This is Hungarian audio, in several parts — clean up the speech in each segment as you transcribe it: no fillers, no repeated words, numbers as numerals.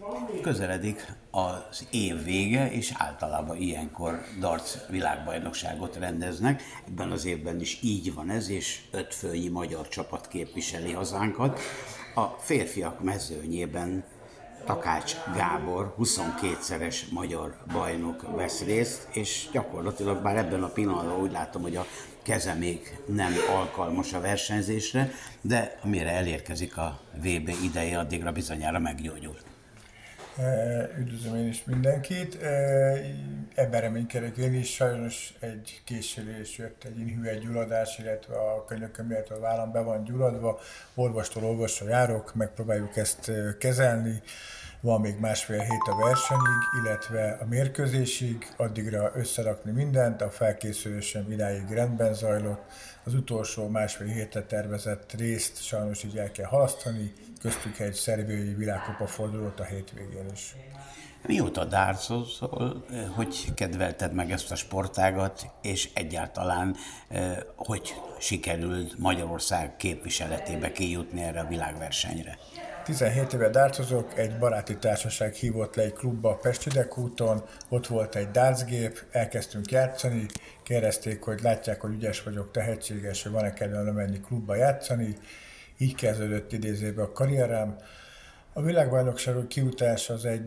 Közeledik az év vége, és általában ilyenkor darts világbajnokságot rendeznek. Ebben az évben is így van ez, és 5 főnyi magyar csapat képviseli hazánkat. A férfiak mezőnyében Takács Gábor 22-szeres magyar bajnok vesz részt, és gyakorlatilag bár ebben a pillanatban úgy látom, hogy a keze még nem alkalmas a versenyzésre, de amire elérkezik a VB ideje, addigra bizonyára meggyógyul. Üdvözlöm én is mindenkit. Ebben reménykedek én is. Sajnos egy késülés jött, egy inhüvelygyulladás, illetve a könyököm, illetve a vállam be van gyulladva. Orvostól orvosra járok, megpróbáljuk ezt kezelni. Van még másfél hét a versenyig, illetve a mérkőzésig, addigra összerakni mindent, a felkészülésem idáig rendben zajlott. Az utolsó másfél hétre tervezett részt sajnos így el kell halasztani, köztük egy szerbiai világkupa fordulót a hétvégén is. Mióta dartszol, hogy kedvelted meg ezt a sportágat, és egyáltalán hogy sikerült Magyarország képviseletébe kijutni erre a világversenyre? 17 éve dartozok, egy baráti társaság hívott le egy klubba a Pestidekúton, ott volt egy dartsgép, elkezdtünk játszani, kérdezték, hogy látják, hogy ügyes vagyok, tehetséges, hogy van-e kedvem menni klubba játszani, így kezdődött idézőben a karrierem. A világbajnokságok kijutás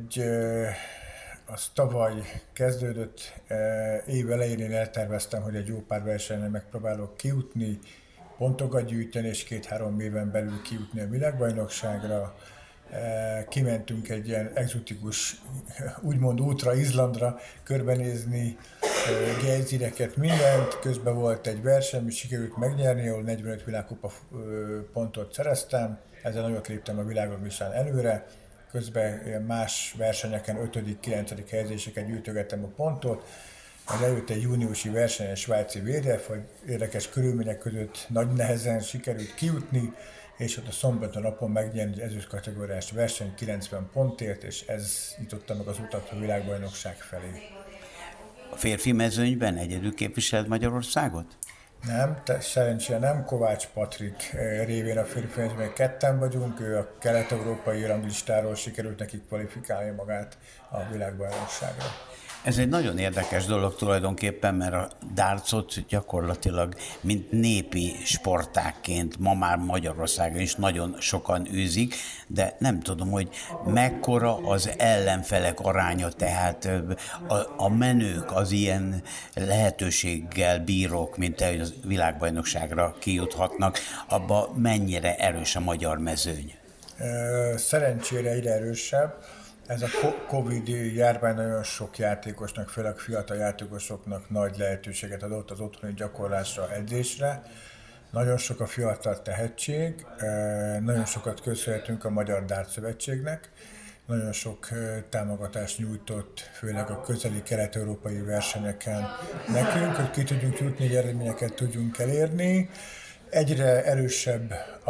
az tavaly kezdődött, év elején én elterveztem, hogy egy jó pár versenyen megpróbálok kijutni, pontokat gyűjteni, és 2-3 éven belül kijutni a világbajnokságra. Kimentünk egy ilyen egzotikus, úgymond útra, Izlandra körbenézni, gejzireket, mindent. Közben volt egy verseny, amit sikerült megnyerni, ahol 45 világkupa pontot szereztem. Ezzel nagyot léptem a világranglistán előre. Közben más versenyeken 5.-9. helyezéseket gyűjtögettem a pontot. Az előtt egy júniusi verseny, a svájci VDF, hogy érdekes körülmények között nagy nehezen sikerült kijutni, és ott a szombaton napon megnyerni egy ezüst kategóriás verseny 90 pontért, és ez nyitotta meg az utat a világbajnokság felé. A férfi mezőnyben egyedül képviselt Magyarországot? Nem, szerencsére nem. Kovács Patrik révén a férfi mezőnyben ketten vagyunk, ő a kelet-európai ranglistáról sikerült neki kvalifikálni magát a világbajnokságra. Ez egy nagyon érdekes dolog tulajdonképpen, mert a dartsot gyakorlatilag mint népi sportágként ma már Magyarországon is nagyon sokan űzik, de nem tudom, hogy mekkora az ellenfelek aránya, tehát a menők, az ilyen lehetőséggel bírók, mint te, hogy a világbajnokságra kijuthatnak, abba mennyire erős a magyar mezőny? Szerencsére egyre erősebb. Ez a Covid járvány nagyon sok játékosnak, főleg fiatal játékosoknak nagy lehetőséget adott az otthoni gyakorlásra, edzésre. Nagyon sok a fiatal tehetség, nagyon sokat köszönhetünk a Magyar Darts Szövetségnek, nagyon sok támogatást nyújtott, főleg a közeli kelet-európai versenyeken nekünk, hogy ki tudjunk jutni, hogy eredményeket tudjunk elérni. Egyre erősebb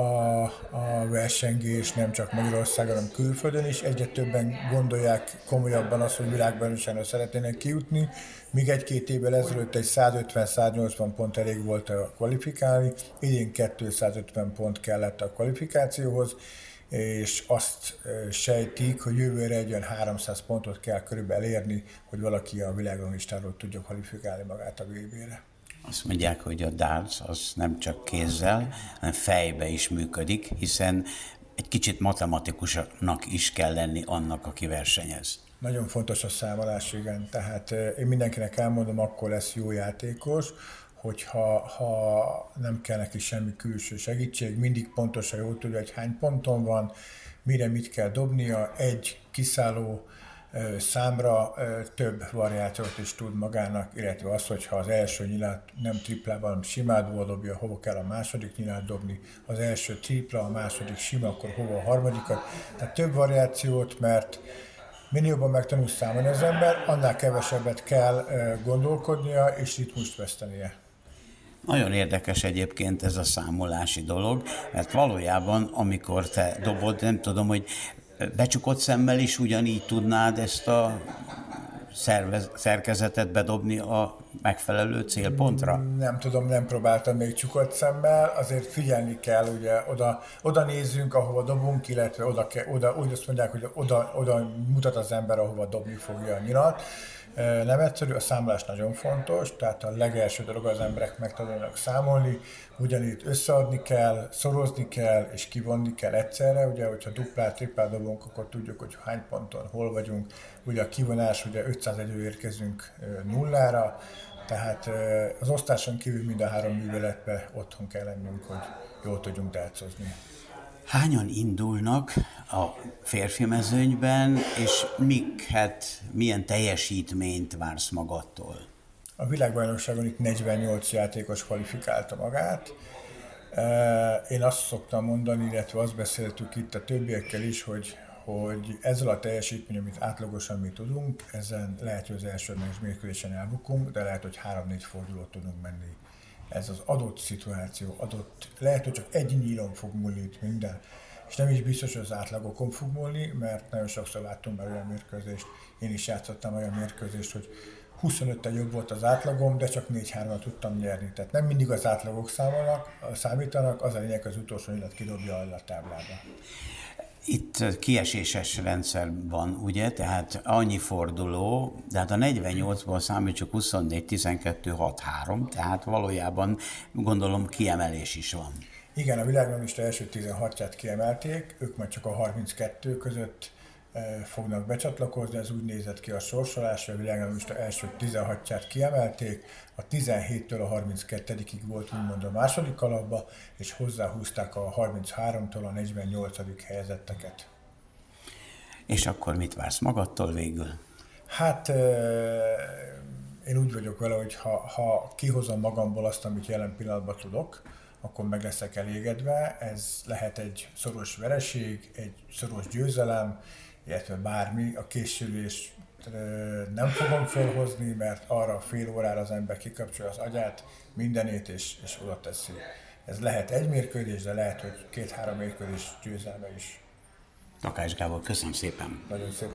a versengés, nem csak Magyarországon, hanem külföldön is. Egyre többen gondolják komolyabban azt, hogy világbajnokságra szeretnének kijutni. Míg 1-2 évvel ezelőtt egy 150-180 pont elég volt a kvalifikálni, idén 250 pont kellett a kvalifikációhoz, és azt sejtik, hogy jövőre egy olyan 300 pontot kell körülbelül elérni, hogy valaki a világranglistáról tudja kvalifikálni magát a VB-re. Azt mondják, hogy a darts az nem csak kézzel, hanem fejbe is működik, hiszen egy kicsit matematikusnak is kell lenni annak, aki versenyez. Nagyon fontos a számolás, igen. Tehát én mindenkinek elmondom, akkor lesz jó játékos, hogyha nem kell neki semmi külső segítség, mindig pontosan jól tudja, hogy hány ponton van, mire mit kell dobnia, egy kiszálló számra több variációt is tud magának, illetve az, hogyha az első nyilát nem triplában, hanem simádból dobja, hova kell a második nyilát dobni, az első tripla, a második sima, akkor hova a harmadikat. Tehát több variációt, mert minél jobban megtanul számolni az ember, annál kevesebbet kell gondolkodnia és ritmust vesztenie. Nagyon érdekes egyébként ez a számolási dolog, mert valójában, amikor te dobod, nem tudom, hogy becsukott szemmel is ugyanígy tudnád ezt a szerkezetet bedobni a megfelelő célpontra? Nem tudom, nem próbáltam még csukott szemmel, azért figyelni kell, ugye oda nézzünk, ahova dobunk, illetve úgy azt mondják, hogy oda mutat az ember, ahova dobni fogja a nyilat. Nem egyszerű, a számolás nagyon fontos, tehát a legelső dolog az emberek megtanulnak számolni, ugyanitt összeadni kell, szorozni kell és kivonni kell egyszerre, ugye, hogyha duplát, triplát dobunk, akkor tudjuk, hogy hány ponton, hol vagyunk, ugye a kivonás, ugye 501-ről érkezünk nullára, tehát az osztáson kívül mind a 3 műveletbe otthon kell lennünk, hogy jól tudjunk dátcozni. Hányan indulnak a férfi mezőnyben, és milyen teljesítményt vársz magadtól? A világbajnokságon itt 48 játékos kvalifikálta magát. Én azt szoktam mondani, illetve azt beszéltük itt a többiekkel is, hogy ezzel a teljesítmény, amit átlagosan mi tudunk, ezen lehet, hogy az első mérkőzésen elbukunk, de lehet, hogy 3-4 fordulót tudunk menni. Ez az adott szituáció, lehet, hogy csak egy nyílon fog múlni itt minden. És nem is biztos, hogy az átlagokon fog múlni, mert nagyon sokszor láttunk már olyan mérkőzést, én is játszottam olyan mérkőzést, hogy 25-tel jobb volt az átlagom, de csak 4-3-at tudtam nyerni. Tehát nem mindig az átlagok számítanak, az a lényeg, az utolsó nyilat kidobja a táblába. Itt kieséses rendszer van, ugye, tehát annyi forduló, de hát a 48-ból számítsuk 24, 12, 6, 3, tehát valójában gondolom kiemelés is van. Igen, a világranglista első 16-ját kiemelték, ők majd csak a 32 között fognak becsatlakozni, ez úgy nézett ki a sorsolás, a világranglista első 16-ját kiemelték, a 17-től a 32-ig volt úgymond a második alapba, és hozzáhúzták a 33-tól a 48. helyezetteket. És akkor mit vársz magadtól végül? Hát én úgy vagyok vele, hogy ha kihozom magamból azt, amit jelen pillanatban tudok, akkor meg leszek elégedve. Ez lehet egy szoros vereség, egy szoros győzelem, illetve bármi. A készülést nem fogom felhozni, mert arra fél órára az ember kikapcsolja az agyát, mindenét, és oda teszi. Ez lehet egy mérkőzés, de lehet, hogy 2-3 mérkőzés győzelme is. Takács Gábor, köszönöm szépen! Nagyon szépen.